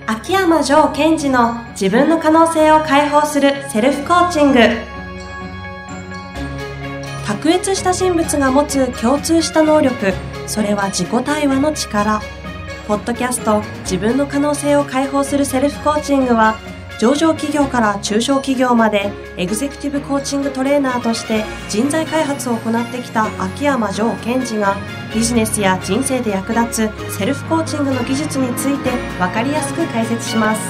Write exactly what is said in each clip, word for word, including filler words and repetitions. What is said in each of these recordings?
秋山城賢治の自分の可能性を解放するセルフコーチング。卓越した人物が持つ共通した能力、それは自己対話の力。ポッドキャスト自分の可能性を解放するセルフコーチングは、上場企業から中小企業までエグゼクティブコーチングトレーナーとして人材開発を行ってきた秋山城賢治が、ビジネスや人生で役立つセルフコーチングの技術について分かりやすく解説します。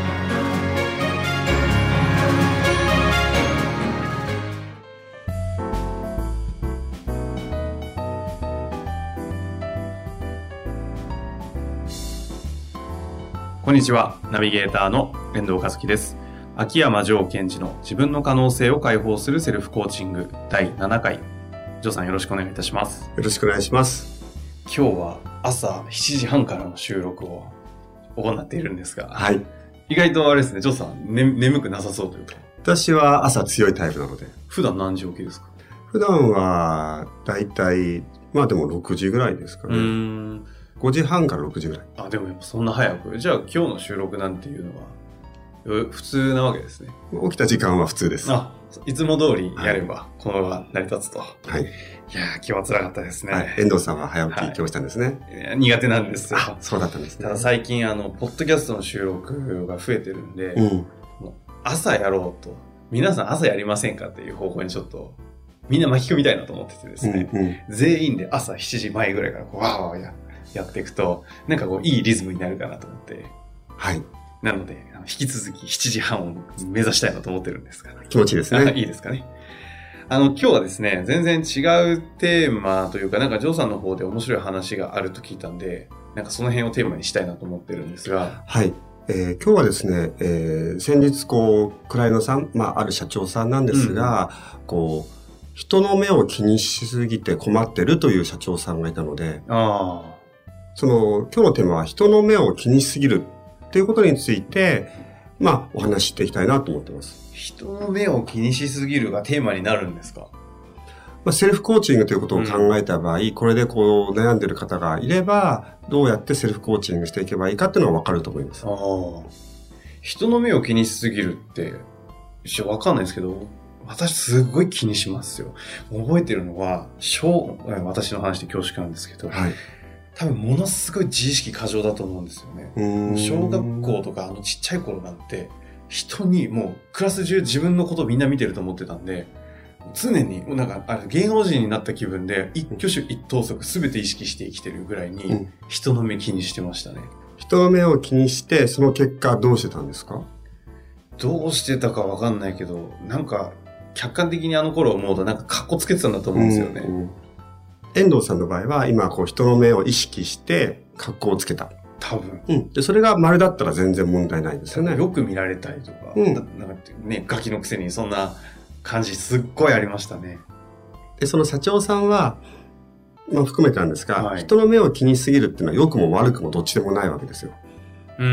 こんにちは、ナビゲーターの遠藤和樹です。秋山城賢治の自分の可能性を解放するセルフコーチングだいななかい。城さん、よろしくお願いいたします。 よろしくお願いします。 今日は朝しちじはんからの収録を行っているんですが、 はい。 意外とあれですね、城さん、ね、眠くなさそうというか。 私は朝強いタイプなので。 普段何時起きですか？ 普段はだいたいまあでもろくじぐらいですかね。うーんごじはんからろくじぐらい。 あ、でもやっぱそんな早く。じゃあ今日の収録なんていうのは普通なわけですね。 起きた時間は普通です。 あ、いつも通りやれば、はい、このまま成り立つと。はい。いやー、今日は辛かったですね。はい、 遠藤さんは早起き、はい、今日したんですね。 いや、苦手なんですよ。 あ、そうだったんですね。 ただ最近、あの、ポッドキャストの収録が増えてるんで、うん、もう朝やろうと、皆さん朝やりませんかっていう方向にちょっと、みんな巻き込みたいなと思っててですね、うんうん、全員で朝しちじまえぐらいからこう、わーわーや、やっていくと、なんかこう、いいリズムになるかなと思って。はい。なので、引き続きしちじはんを目指したいなと思ってるんですが、 気持ちいいですね。 いいですかね。あの、今日はですね、全然違うテーマというか、なんかジョーさんの方で面白い話があると聞いたんで、なんかその辺をテーマにしたいなと思ってるんですが。 はい。えー、今日はですね、えー、先日こう、クライアントさん、まあ、ある社長さんなんですが、うん、こう、人の目を気にしすぎて困ってるという社長さんがいたので、あその、今日のテーマは人の目を気にしすぎるということについて、まあ、お話ししていきたいなと思ってます。 人の目を気にしすぎるがテーマになるんですか？ まあ、セルフコーチングということを考えた場合、うん、これでこう悩んでる方がいれば、どうやってセルフコーチングしていけばいいかっていうのは分かると思います。ああ。 人の目を気にしすぎるって、一応分かんないですけど、私すごい気にしますよ。覚えてるのは、小、私の話で恐縮なんですけど、はい、多分ものすごい自意識過剰だと思うんですよね。小学校とかあのちっちゃい頃なんて、人にもうクラス中自分のことをみんな見てると思ってたんで、常になんかあれ芸能人になった気分で一挙手一投足全て意識して生きてるぐらいに人の目気にしてましたね。 人の目を気にしてその結果どうしてたんですか？ どうしてたかわかんないけど、なんか客観的にあの頃思うとなんかカッコつけてたんだと思うんですよね。うんうん、 遠藤さんの場合は今こう人の目を意識して格好をつけた。 多分。 うん。で、それが丸だったら全然問題ないですよね。 よく見られたいとか、うん、なんかね、ガキのくせにそんな感じすっごいありましたね。 で、その社長さんは、まあ含めてなんですが、はい、人の目を気にしすぎるっていうのは良くも悪くもどっちでもないわけですよ。うん。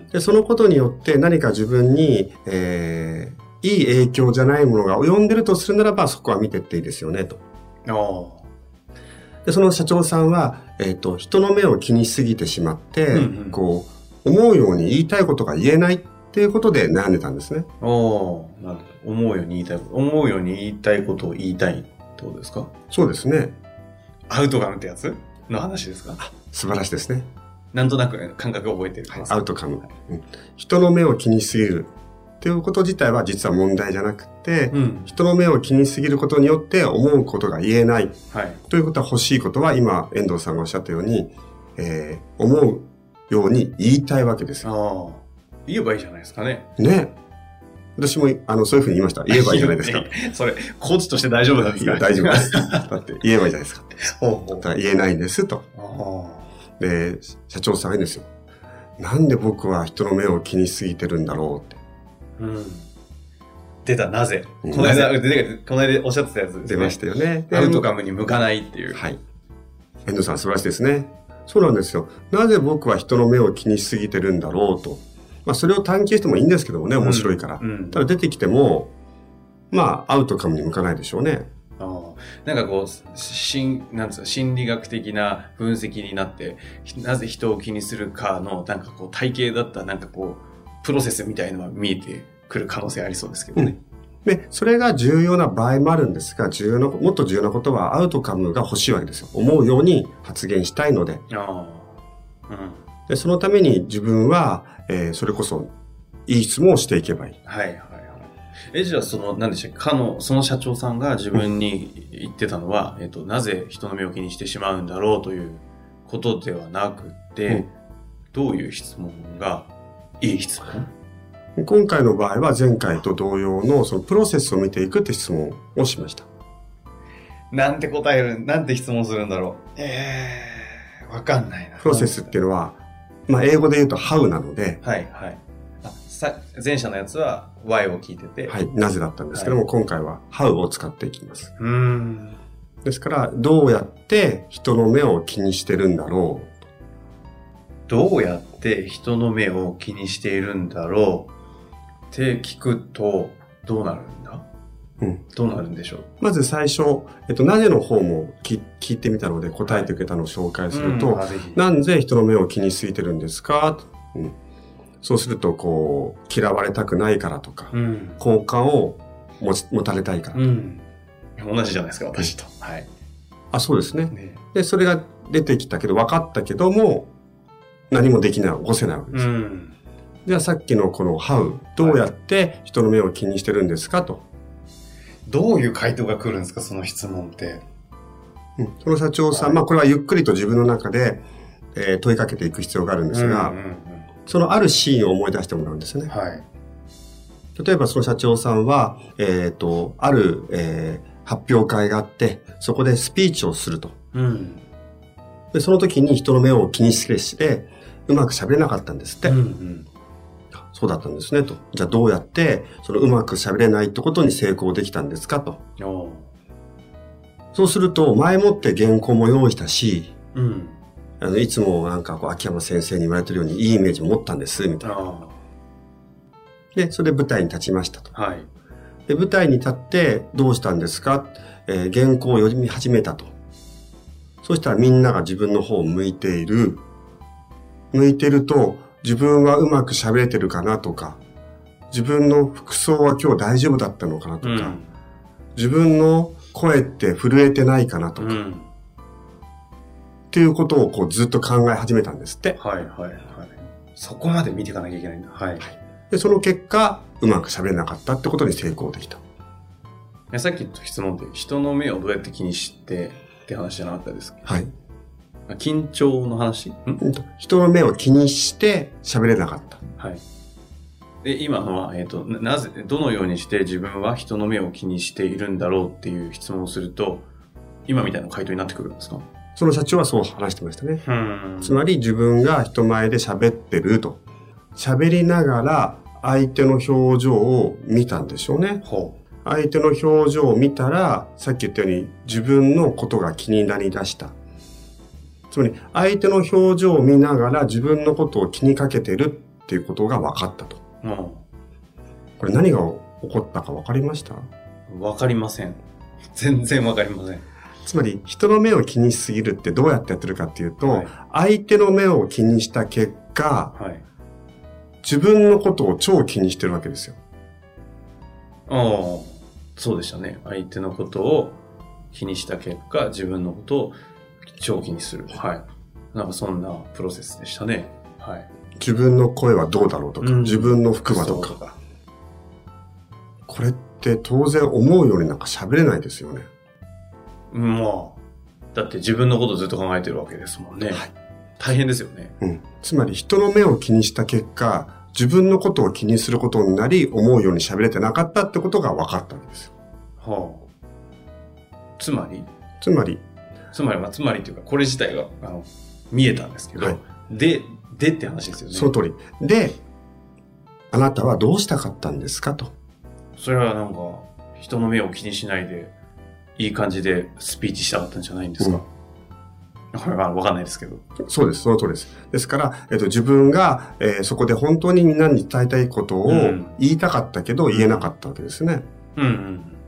で、そのことによって何か自分に、えー、いい影響じゃないものが及んでるとするならば、そこは見てっていいですよね、と。ああ。で、その社長さんは、えっと、人の目を気にしすぎてしまって、うんうん、こう、思うように言いたいことが言えないっていうことで悩んでたんですね。 おー、なるほど。思うように言いたいこと、思うように言いたいことを言いたいってことですか？ そうですね。 アウトカムってやつの話ですか？ あ、素晴らしいですね。 なんとなく感覚を覚えてる、 はい。アウトカム、はいうん。人の目を気にしすぎるっていうこと自体は実は問題じゃなくて、うん、人の目を気にしすぎることによって思うことが言えない、はい、ということは欲しいことは今遠藤さんがおっしゃったように、えー、思うように言いたいわけですよ。 あ言えばいいじゃないですかね。 ね。私もあのそういうふうに言いました。言えばいいじゃないですか。 それコーチとして大丈夫なんですか？ いや大丈夫です。だって言えばいいじゃないですか。だから言えないんですと。で社長さんがいいんですよ。なんで僕は人の目を気にしすぎてるんだろうって。うん、 出た、なぜ、うん、この間、この間おっしゃってたやつですね。 出ましたよね。 アウトカムに向かないっていう。 はい。遠藤さん素晴らしいですね。そうなんですよ。なぜ僕は人の目を気にしすぎてるんだろうと。まあそれを探求してもいいんですけどもね、面白いから。うんうん、ただ出てきても、まあアウトカムに向かないでしょうね。 あなんかこう、心、なんつうの、心理学的な分析になって、なぜ人を気にするかの、なんかこう、体系だったなんかこう、プロセスみたいなのが見えてくる可能性ありそうですけどね。 うん、で、それが重要な場合もあるんですが、重要な、もっと重要なことはアウトカムが欲しいわけですよ。思うように発言したいので。あうん、でそのために自分は、えー、それこそ、いい質問をしていけばいい。 はいはいはい。え、じゃあその、何でしたっけ、かの、その社長さんが自分に言ってたのは、うん、えっと、なぜ人の目を気にしてしまうんだろうということではなくて、うん、どういう質問がいい質問？ 今回の場合は前回と同様のそのプロセスを見ていくって質問をしました。 なんて答える、なんて質問するんだろう。えー、わかんないな。 プロセスっていうのは、まあ英語で言うと how なので、 はいはい。あさ前者のやつは why を聞いてて、 はい、なぜだったんですけども、はい、今回は how を使っていきます。 うーん。 ですから、どうやって人の目を気にしてるんだろう。 どうやって人の目を気にしているんだろうって聞くと、どうなるんだ？うん。どうなるんでしょう？ まず最初、えっと、なぜの方も聞いてみたので答えてくれたのを紹介すると、はい、うん、なんで人の目を気にしすぎてるんですか？うん、そうすると、こう、嫌われたくないからとか、うん、好感を持ち持たれたいから、うん。 同じじゃないですか、私と。はい。 あ、そうですね。ねで、それが出てきたけど、分かったけども、何もできない、起こせないわけです。うん、じゃあさっきのこの how、どうやって人の目を気にしてるんですかと。 どういう回答が来るんですか、その質問って。 うん、その社長さん、はい、まあこれはゆっくりと自分の中で、えー、問いかけていく必要があるんですが、うんうんうん、そのあるシーンを思い出してもらうんですね。はい、例えばその社長さんは、えっと、ある、えー、発表会があって、そこでスピーチをすると。うん、でその時に人の目を気にして、うまく喋れなかったんですって。うんうん、そうだったんですねと。じゃあどうやってそのうまく喋れないってことに成功できたんですかと。そうすると前もって原稿も用意したし、うん、あのいつもなんかこう秋山先生に言われてるようにいいイメージ持ったんですみたいな。でそれで舞台に立ちましたと。はい、で舞台に立ってどうしたんですか、えー、原稿を読み始めたと。そしたらみんなが自分の方を向いている。向いてると自分はうまく喋れてるかなとか、自分の服装は今日大丈夫だったのかなとか、うん、自分の声って震えてないかなとか、うん、っていうことをこうずっと考え始めたんですって。 はいはいはい。そこまで見ていかなきゃいけないんだ。はい。 でその結果、うまく喋れなかったってことに成功できた。 さっきの質問で人の目をどうやって気にしてって話じゃなかったですか？はい。緊張の話？ん人の目を気にして喋れなかった。はい。 で、今のは、えっと、なぜ、どのようにして自分は人の目を気にしているんだろうっていう質問をすると、今みたいな回答になってくるんですか？ その社長はそう話してましたね。うん。つまり自分が人前で喋ってると。喋りながら相手の表情を見たんでしょうね。ほう。相手の表情を見たら、さっき言ったように自分のことが気になりだした。つまり相手の表情を見ながら自分のことを気にかけてるっていうことが分かったと。うん、これ何が起こったか分かりました？ 分かりません。全然分かりません。 つまり人の目を気にしすぎるってどうやってやってるかっていうと、はい、相手の目を気にした結果、はい、自分のことを超気にしてるわけですよ。 ああ、そうでしたね。相手のことを気にした結果、自分のことを超気にする。はい。なんかそんなプロセスでしたね。はい。 自分の声はどうだろうとか、うん、自分の服はどうか。かこれって当然思うようになんか喋れないですよね。 まあ、だって自分のことずっと考えてるわけですもんね。はい。大変ですよね。 うん。つまり人の目を気にした結果、自分のことを気にすることになり、思うように喋れてなかったってことが分かったわけですよ。はあ。つまりつまりつまり、まあ、つまりというか、これ自体が、あの、見えたんですけど、はい、で、でって話ですよね。 その通り。で、あなたはどうしたかったんですかと。 それはなんか、人の目を気にしないで、いい感じでスピーチしたかったんじゃないんですか？うん、これはわかんないですけど。 そうです、その通りです。ですから、えっと、自分が、えー、そこで本当にみんなに伝えたいことを言いたかったけど言えなかったわけですね。うんうん。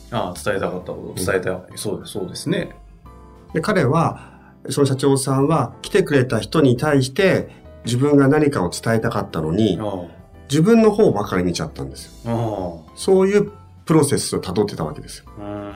ああ、伝えたかったことを伝えた、うん、そうです、そうですね。 で、彼は、その社長さんは来てくれた人に対して自分が何かを伝えたかったのに、自分の方ばかり見ちゃったんですよ。そういうプロセスを辿ってたわけですよ。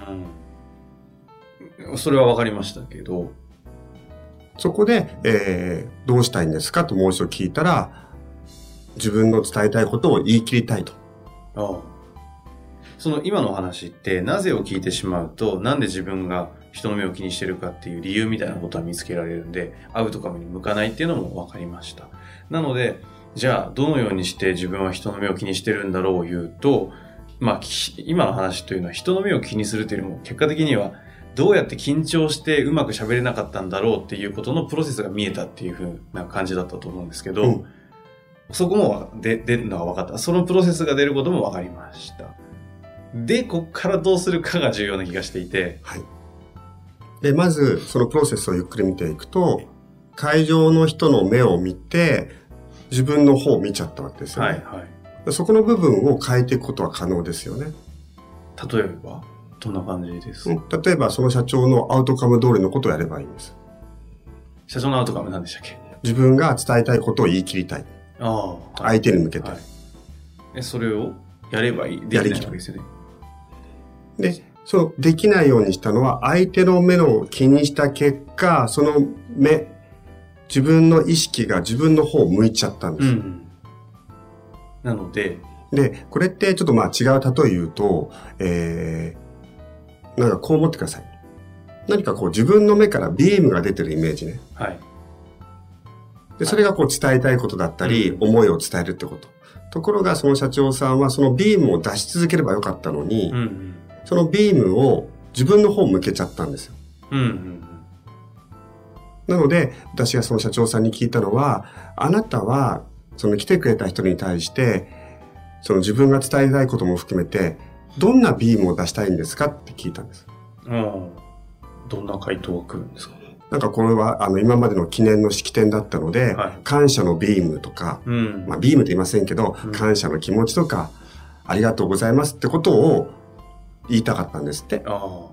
うん、それはわかりましたけど。 そこで、えー、どうしたいんですかともう一度聞いたら、自分の伝えたいことを言い切りたいと。 ああ、その今のお話ってなぜを聞いてしまうと、なんで自分が人の目を気にしてるかっていう理由みたいなことは見つけられるんで、アウトカムに向かないっていうのも分かりました。なので、じゃあどのようにして自分は人の目を気にしてるんだろう言うと、まあ今の話というのは人の目を気にするというよりも、結果的にはどうやって緊張してうまく喋れなかったんだろうっていうことのプロセスが見えたっていう風な感じだったと思うんですけど、うん、そこも出るのが分かった。そのプロセスが出ることも分かりました。で、こっからどうするかが重要な気がしていて、 はい。で、まず、そのプロセスをゆっくり見ていくと、会場の人の目を見て、自分の方を見ちゃったわけですよね。はいはい。そこの部分を変えていくことは可能ですよね。 例えばどんな感じですか？ うん、例えば、その社長のアウトカム通りのことをやればいいんです。 社長のアウトカム何でしたっけ？ 自分が伝えたいことを言い切りたい。ああ、はい、相手に向けて、はい。 え、それをやればいい？できないわけですよね。 で、そう、できないようにしたのは、相手の目を気にした結果、その目、自分の意識が自分の方を向いちゃったんです。うん、 なので、 で、これってちょっとまあ違う例え言うと、えー、なんかこう思ってください。何かこう自分の目からビームが出てるイメージね。はい。で、それがこう伝えたいことだったり、うん、思いを伝えるってこと。ところがその社長さんはそのビームを出し続ければよかったのに、うんうん、そのビームを自分の方向けちゃったんですよ。うんうん、なので、私がその社長さんに聞いたのは、あなたは、その来てくれた人に対して、その自分が伝えたいことも含めて、どんなビームを出したいんですかって聞いたんです。 うん、どんな回答が来るんですか？ なんかこれは、あの、今までの記念の式典だったので、はい、感謝のビームとか、うん、まあ、ビームって言いませんけど、うん、感謝の気持ちとか、ありがとうございますってことを言いたかったんですって。あ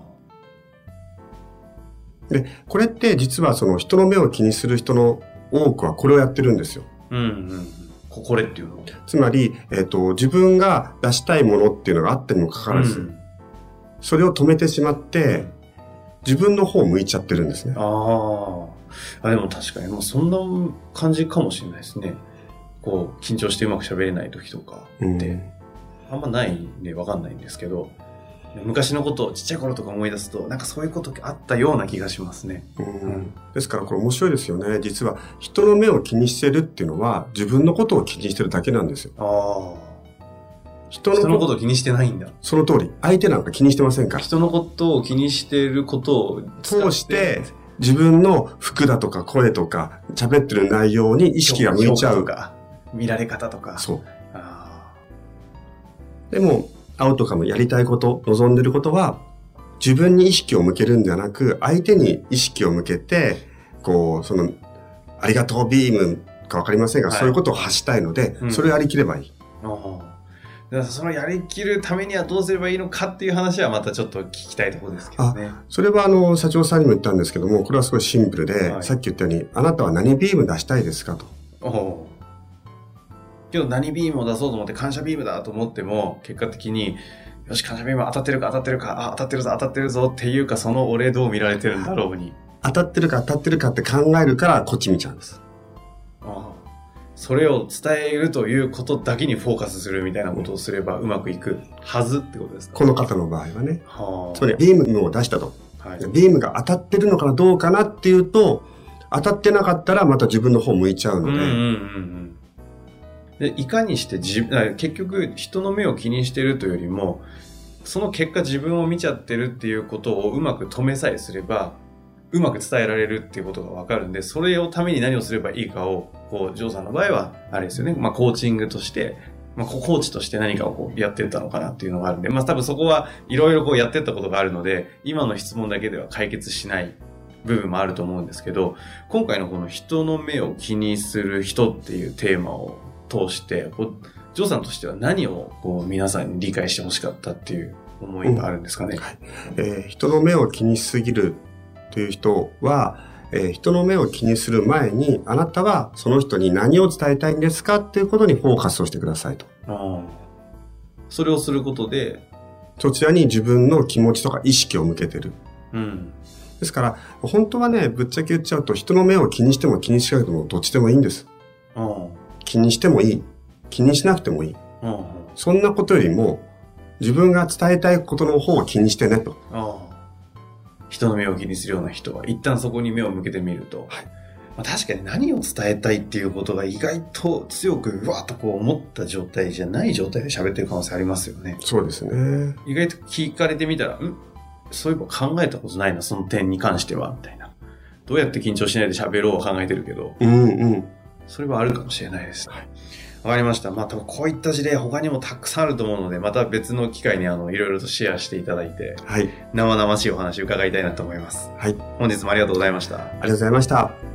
で、これって実はその人の目を気にする人の多くはこれをやってるんですよ。 うんうん。これっていうの？ つまり、えっと、自分が出したいものっていうのがあったにもかかわらず、うん、それを止めてしまって、自分の方を向いちゃってるんですね。ああ。でも確かに、もうそんな感じかもしれないですね。こう、緊張してうまく喋れない時とかって、うん、あんまないんでわかんないんですけど、昔のことをちっちゃい頃とか思い出すと、なんかそういうことあったような気がしますね。 うんうん、ですからこれ面白いですよね。実は人の目を気にしてるっていうのは自分のことを気にしてるだけなんですよ。あ人の人のことを気にしてないんだ。 その通り。相手なんか気にしてませんから。 人のことを気にしてることを通して自分の服だとか声とか喋ってる内容に意識が向いちゃう。 とか見られ方とか。 そう。あでもアウトカムやりたいこと、望んでることは、自分に意識を向けるんではなく、相手に意識を向けて、こう、その、ありがとうビームかわかりませんが、はい、そういうことを発したいので、うん、それをやりきればいい。あだからそのやりきるためにはどうすればいいのかっていう話はまたちょっと聞きたいところですけどね。 あ、それはあの、社長さんにも言ったんですけども、これはすごいシンプルで、はい、さっき言ったように、あなたは何ビーム出したいですかと。おけど何ビームを出そうと思って感謝ビームだと思っても結果的によし感謝ビーム当たってるか当たってるかあ当たってるぞ当たってるぞっていうかその俺どう見られてるんだろうに当たってるか当たってるかって考えるからこっち見ちゃうんです。 ああそれを伝えるということだけにフォーカスするみたいなことをすればうまくいくはずってことですか？ この方の場合はね。はあ、つまりビームを出したと、はい、ビームが当たってるのかなどうかなっていうと当たってなかったらまた自分の方向いちゃうので、うんうんうんうんでいかにして自結局人の目を気にしてるというよりもその結果自分を見ちゃってるっていうことをうまく止めさえすればうまく伝えられるっていうことが分かるんでそれをために何をすればいいかをこうジョーさんの場合はあれですよね、まあ、コーチングとして、まあ、コーチとして何かをこうやってったのかなっていうのがあるんで、まあ、多分そこはいろいろこうやってったことがあるので今の質問だけでは解決しない部分もあると思うんですけど今回のこの人の目を気にする人っていうテーマを通してこうジョーさんとしては何をこう皆さんに理解してほしかったっていう思いがあるんですかね。うん、はい。 えー、人の目を気にしすぎるという人は、えー、人の目を気にする前に、あなたはその人に何を伝えたいんですかっていうことにフォーカスをしてくださいと。 あ、それをすることで、 そちらに自分の気持ちとか意識を向けてる。 うん。 ですから、本当はね、ぶっちゃけ言っちゃうと、人の目を気にしても気にしなくてもどっちでもいいんです。 ああ、 気にしてもいい。気にしなくてもいい。 ああ、 そんなことよりも、自分が伝えたいことの方を気にしてねと。 ああ、人の目を気にするような人は、一旦そこに目を向けてみると、はい、まあ、確かに何を伝えたいっていうことが意外と強く、うわーっとこう思った状態じゃない状態で喋ってる可能性ありますよね。 そうですね。 意外と聞かれてみたら、んそういえば考えたことないな、その点に関しては、みたいな。どうやって緊張しないで喋ろうを考えてるけど、 うんうん。 それはあるかもしれないです。はい。わかりました。まあ、多分こういった事例他にもたくさんあると思うので、また別の機会にあの、いろいろとシェアしていただいて、 はい。 生々しいお話伺いたいなと思います。 はい。 本日もありがとうございました。ありがとうございました。